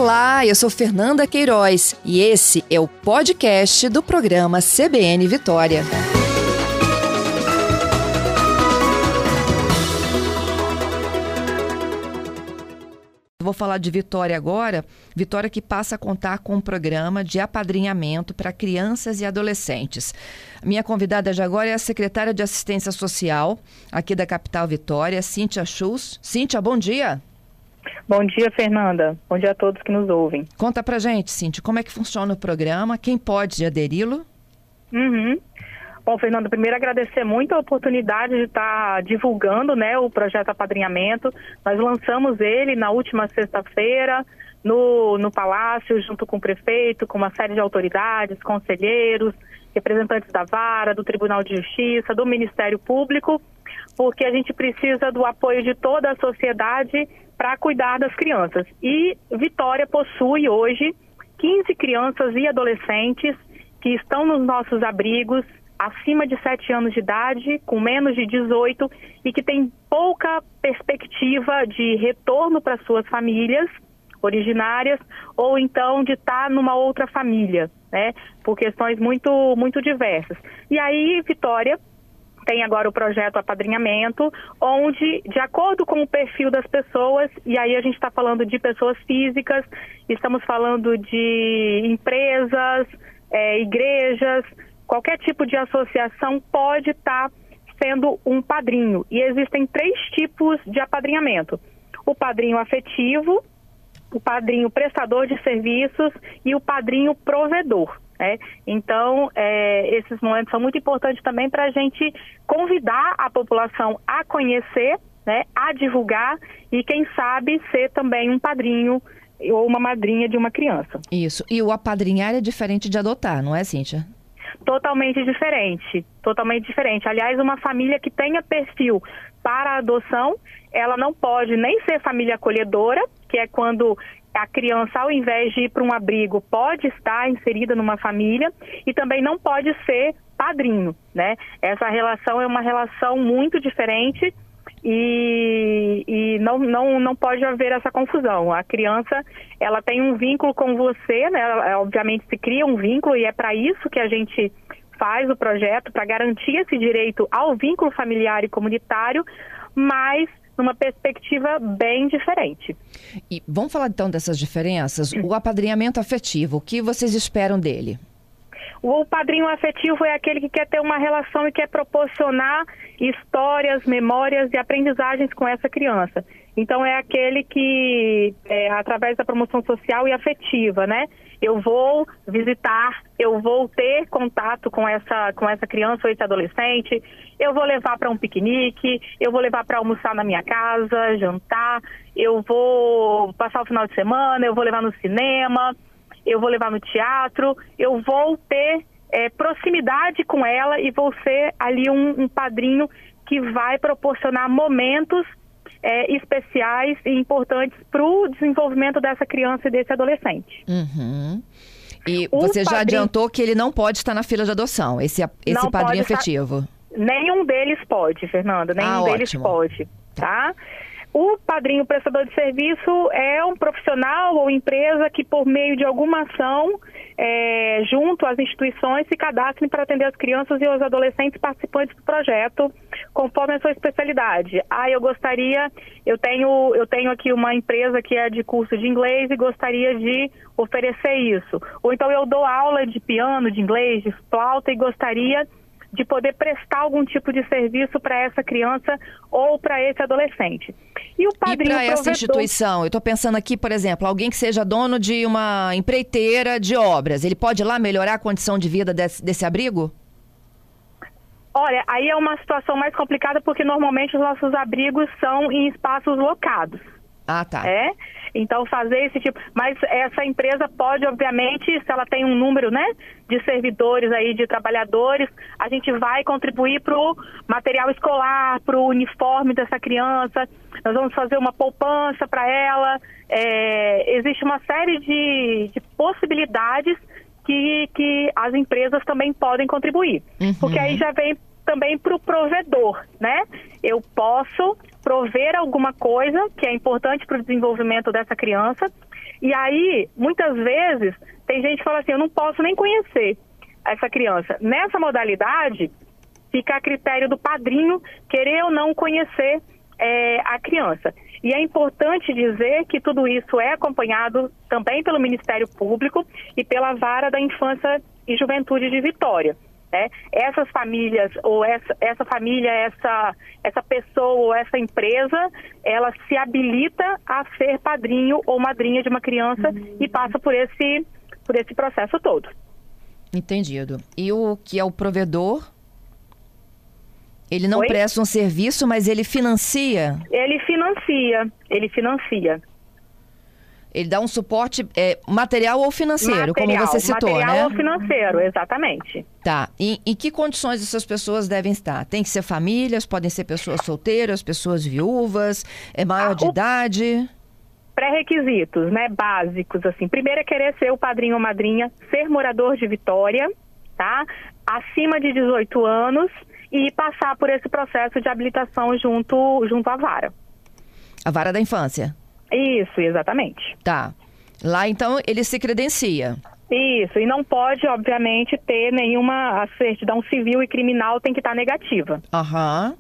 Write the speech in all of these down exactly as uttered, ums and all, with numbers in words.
Olá, eu sou Fernanda Queiroz e esse é o podcast do programa C B N Vitória. Vou falar de Vitória agora. Vitória que passa a contar com um programa de apadrinhamento para crianças e adolescentes. Minha convidada de agora é a secretária de Assistência Social aqui da capital Vitória, Cíntia Schultz. Cíntia, bom dia. Bom dia, Fernanda. Bom dia a todos que nos ouvem. Conta pra gente, Cíntia, como é que funciona o programa, quem pode aderi-lo? Uhum. Bom, Fernanda, primeiro agradecer muito a oportunidade de estar divulgando, né, o projeto Apadrinhamento. Nós lançamos ele na última sexta-feira no, no Palácio, junto com o prefeito, com uma série de autoridades, conselheiros, representantes da Vara, do Tribunal de Justiça, do Ministério Público, porque a gente precisa do apoio de toda a sociedade para cuidar das crianças. E Vitória possui hoje quinze crianças e adolescentes que estão nos nossos abrigos, acima de sete anos de idade, com menos de dezoito, e que têm pouca perspectiva de retorno para suas famílias originárias, ou então de estar numa outra família, né, por questões muito, muito diversas. E aí, Vitória tem agora o projeto Apadrinhamento, onde, de acordo com o perfil das pessoas, e aí a gente está falando de pessoas físicas, estamos falando de empresas, é, igrejas, qualquer tipo de associação pode estar sendo um padrinho. E existem três tipos de apadrinhamento: o padrinho afetivo, o padrinho prestador de serviços e o padrinho provedor. É, então, é, esses momentos são muito importantes também para a gente convidar a população a conhecer, né, a divulgar e, quem sabe, ser também um padrinho ou uma madrinha de uma criança. Isso. E o apadrinhar é diferente de adotar, não é, Cíntia? Totalmente diferente, totalmente diferente. Aliás, uma família que tenha perfil para a adoção, ela não pode nem ser família acolhedora, que é quando a criança, ao invés de ir para um abrigo, pode estar inserida numa família, e também não pode ser padrinho, né? Essa relação é uma relação muito diferente e, e não, não, não pode haver essa confusão. A criança, ela tem um vínculo com você, né? Ela, obviamente se cria um vínculo, e é para isso que a gente faz o projeto, para garantir esse direito ao vínculo familiar e comunitário, mas numa perspectiva bem diferente. E vamos falar então dessas diferenças. O apadrinhamento afetivo, o que vocês esperam dele? O padrinho afetivo é aquele que quer ter uma relação e quer proporcionar histórias, memórias e aprendizagens com essa criança. Então é aquele que, é, através da promoção social e afetiva, né? Eu vou visitar, eu vou ter contato com essa, com essa criança ou esse adolescente, eu vou levar para um piquenique, eu vou levar para almoçar na minha casa, jantar, eu vou passar o final de semana, eu vou levar no cinema, eu vou levar no teatro, eu vou ter é, proximidade com ela e vou ser ali um, um padrinho que vai proporcionar momentos É, especiais e importantes para o desenvolvimento dessa criança e desse adolescente. Uhum. E o você já padrinho... adiantou que ele não pode estar na fila de adoção, esse, esse padrinho afetivo. Estar... Nenhum deles pode, Fernanda, nenhum ah, deles ótimo. pode, tá? O padrinho prestador de serviço é um profissional ou empresa que, por meio de alguma ação, é, junto às instituições, se cadastrem para atender as crianças e os adolescentes participantes do projeto, conforme a sua especialidade. Ah, eu gostaria, eu tenho, eu tenho aqui uma empresa que é de curso de inglês e gostaria de oferecer isso. Ou então eu dou aula de piano, de inglês, de flauta e gostaria de poder prestar algum tipo de serviço para essa criança ou para esse adolescente. E o padrinho E para essa provedor... instituição, eu estou pensando aqui, por exemplo, alguém que seja dono de uma empreiteira de obras, ele pode ir lá melhorar a condição de vida desse, desse abrigo? Olha, aí é uma situação mais complicada, porque normalmente os nossos abrigos são em espaços locados. Ah, tá. É? Então fazer esse tipo... Mas essa empresa pode, obviamente, se ela tem um número, né, de servidores aí, de trabalhadores, a gente vai contribuir para o material escolar, para o uniforme dessa criança, nós vamos fazer uma poupança para ela. É, existe uma série de, de possibilidades que, que as empresas também podem contribuir. Uhum. Porque aí já vem também para o provedor, né? Eu posso prover alguma coisa que é importante para o desenvolvimento dessa criança. E aí, muitas vezes, tem gente que fala assim, eu não posso nem conhecer essa criança. Nessa modalidade, fica a critério do padrinho querer ou não conhecer é, a criança. E é importante dizer que tudo isso é acompanhado também pelo Ministério Público e pela Vara da Infância e Juventude de Vitória. Né? Essas famílias, ou essa, essa família, essa, essa pessoa ou essa empresa, ela se habilita a ser padrinho ou madrinha de uma criança uhum. e passa por esse, por esse processo todo. Entendido. E o que é o provedor? Ele não Oi? presta um serviço, mas ele financia? Ele financia, ele financia. Ele dá um suporte é, material ou financeiro, material, como você citou, material né? Material ou financeiro, exatamente. Tá. E em que condições essas pessoas devem estar? Tem que ser famílias, podem ser pessoas solteiras, pessoas viúvas, é maior ah, de idade? Pré-requisitos, né, básicos, assim. Primeiro é querer ser o padrinho ou madrinha, ser morador de Vitória, tá? Acima de dezoito anos e passar por esse processo de habilitação junto, junto à vara. A vara da infância? Isso, exatamente. Tá. Lá, então, ele se credencia. Isso, e não pode, obviamente, ter nenhuma... A certidão civil e criminal tem que estar negativa. Aham.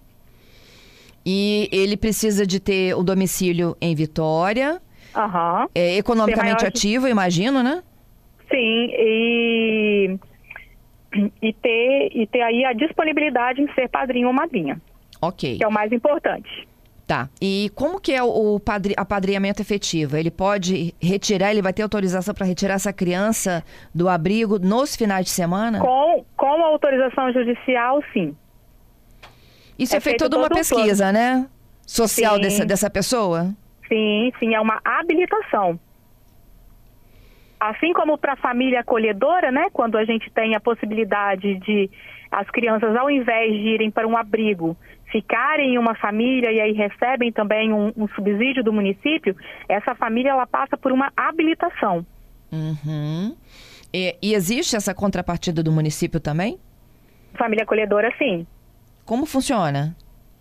E ele precisa de ter o domicílio em Vitória. Aham. É economicamente ativo, de... imagino, né? Sim, e... E ter, e ter aí a disponibilidade em ser padrinho ou madrinha. Ok. Que é o mais importante. Tá. E como que é o padri... apadrinhamento efetivo? Ele pode retirar, ele vai ter autorização para retirar essa criança do abrigo nos finais de semana? Com, com a autorização judicial, sim. Isso é, é feito toda uma pesquisa, né? Social dessa, dessa pessoa? Sim, sim, é uma habilitação. Assim como para a família acolhedora, né? Quando a gente tem a possibilidade de as crianças, ao invés de irem para um abrigo, ficarem em uma família e aí recebem também um, um subsídio do município, essa família ela passa por uma habilitação. Uhum. E, e existe essa contrapartida do município também? Família acolhedora, sim. Como funciona?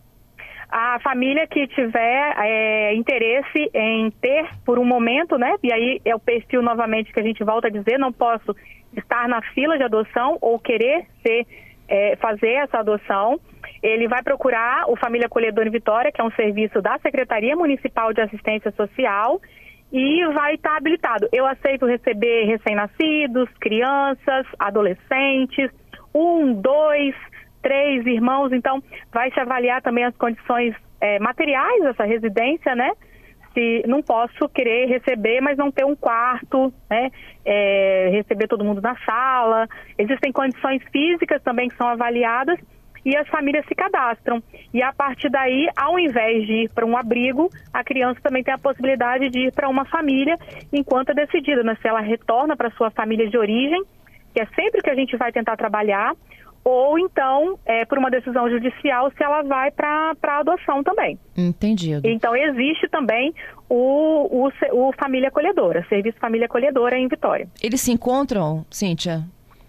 A família que tiver é, interesse em ter por um momento, né? E aí é o perfil novamente que a gente volta a dizer, não posso estar na fila de adoção ou querer ser, é, fazer essa adoção. Ele vai procurar o Família Acolhedora em Vitória, que é um serviço da Secretaria Municipal de Assistência Social, e vai estar habilitado. Eu aceito receber recém-nascidos, crianças, adolescentes, um, dois... três irmãos, então vai se avaliar também as condições é, materiais dessa residência, né? Se não posso querer receber, mas não ter um quarto, né? É, receber todo mundo na sala. Existem condições físicas também que são avaliadas e as famílias se cadastram. E a partir daí, ao invés de ir para um abrigo, a criança também tem a possibilidade de ir para uma família enquanto é decidida, né? Se ela retorna para sua família de origem, que é sempre que a gente vai tentar trabalhar, ou então, é, por uma decisão judicial, se ela vai para a adoção também. Entendido. Então, existe também o, o, o Família Acolhedora, Serviço Família Acolhedora em Vitória. Eles se encontram, Cíntia?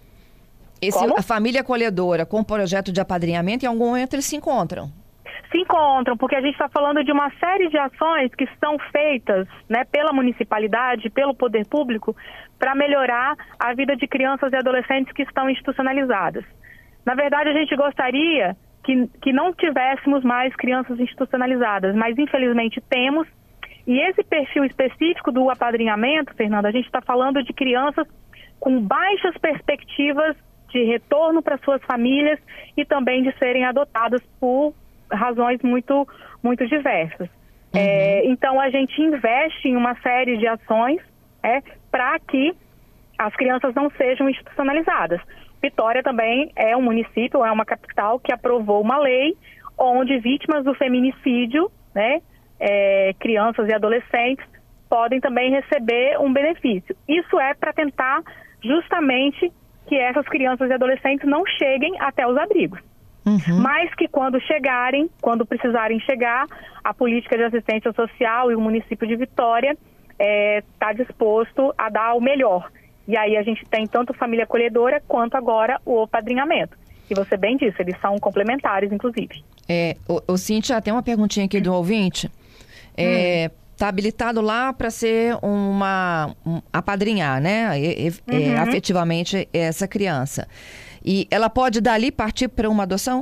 Esse, a Família Acolhedora com o projeto de apadrinhamento, em algum momento eles se encontram? Se encontram, porque a gente está falando de uma série de ações que são feitas, né, pela municipalidade, pelo poder público, para melhorar a vida de crianças e adolescentes que estão institucionalizadas. Na verdade, a gente gostaria que, que não tivéssemos mais crianças institucionalizadas, mas infelizmente temos. E esse perfil específico do apadrinhamento, Fernanda, a gente está falando de crianças com baixas perspectivas de retorno para suas famílias e também de serem adotadas por razões muito, muito diversas. Uhum. É, então, a gente investe em uma série de ações é, para que as crianças não sejam institucionalizadas. Vitória também é um município, é uma capital que aprovou uma lei onde vítimas do feminicídio, né, é, crianças e adolescentes, podem também receber um benefício. Isso é para tentar justamente que essas crianças e adolescentes não cheguem até os abrigos. Uhum. Mas que quando chegarem, quando precisarem chegar, a política de assistência social e o município de Vitória está é, disposto a dar o melhor. E aí a gente tem tanto família acolhedora quanto agora o apadrinhamento. E você bem disse, eles são complementares, inclusive. É, o, o Cíntia, tem uma perguntinha aqui do ouvinte. É, hum. tá habilitado lá para ser uma um, apadrinhar, né? E, e, uhum. é, afetivamente essa criança. E ela pode dali partir para uma adoção?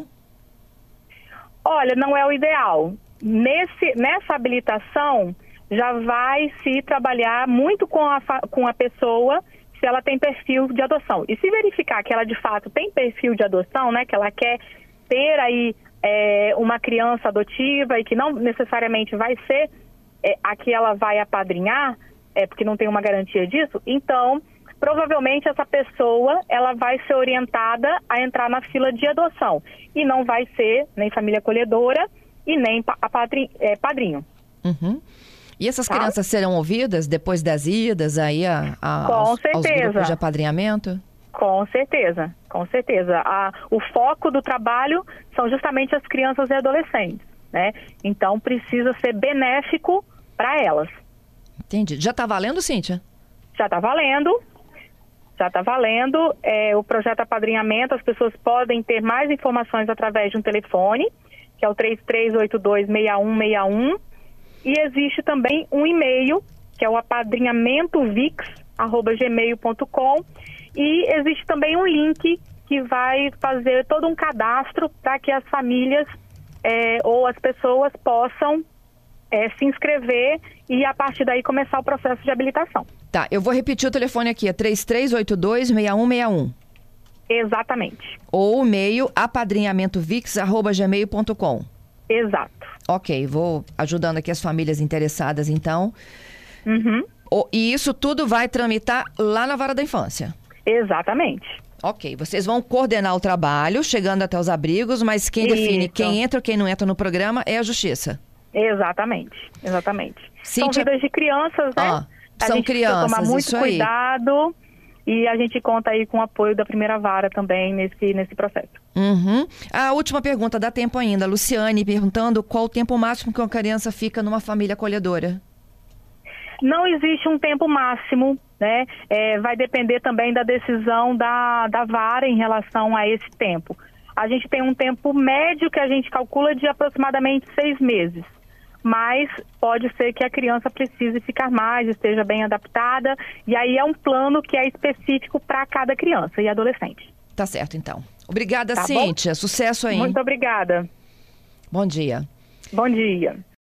Olha, não é o ideal. Nesse, nessa habilitação já vai se trabalhar muito com a, com a pessoa se ela tem perfil de adoção. E se verificar que ela de fato tem perfil de adoção, né, que ela quer ter aí é, uma criança adotiva e que não necessariamente vai ser é, a que ela vai apadrinhar, é, porque não tem uma garantia disso, então provavelmente essa pessoa ela vai ser orientada a entrar na fila de adoção e não vai ser nem família acolhedora e nem a padrinho. É, padrinho. Uhum. E essas tá? crianças serão ouvidas depois das idas aí a, a, com aos, certeza. aos grupos de apadrinhamento? Com certeza, com certeza. A, o foco do trabalho são justamente as crianças e adolescentes, né? Então precisa ser benéfico para elas. Entendi. Já está valendo, Cíntia? Já está valendo. Já está valendo. É, o projeto Apadrinhamento, as pessoas podem ter mais informações através de um telefone, que é o três três oito dois, seis um seis um. E existe também um e-mail, que é o apadrinhamentovix arroba gmail ponto com. E existe também um link que vai fazer todo um cadastro para que as famílias é, ou as pessoas possam é, se inscrever e a partir daí começar o processo de habilitação. Tá, eu vou repetir o telefone aqui, é três três oito dois, seis um seis um. Exatamente. Ou o e-mail apadrinhamentovix arroba gmail ponto com. Exato. Ok, vou ajudando aqui as famílias interessadas, então. Uhum. Oh, e isso tudo vai tramitar lá na Vara da Infância? Exatamente. Ok, vocês vão coordenar o trabalho, chegando até os abrigos, mas quem Isso. define quem entra ou quem não entra no programa é a Justiça. Exatamente, exatamente. Cíntia... São vidas de crianças, né? Ah, são a gente crianças, precisa tomar muito isso aí. cuidado e a gente conta aí com o apoio da primeira vara também nesse, nesse processo. Uhum. A última pergunta, dá tempo ainda. Luciane perguntando qual o tempo máximo que uma criança fica numa família acolhedora. Não existe um tempo máximo, né? É, vai depender também da decisão da, da vara em relação a esse tempo. A gente tem um tempo médio que a gente calcula de aproximadamente seis meses. Mas pode ser que a criança precise ficar mais, esteja bem adaptada. E aí é um plano que é específico para cada criança e adolescente. Tá certo, então. Obrigada, tá Cíntia. Bom? Sucesso aí. Muito obrigada. Bom dia. Bom dia.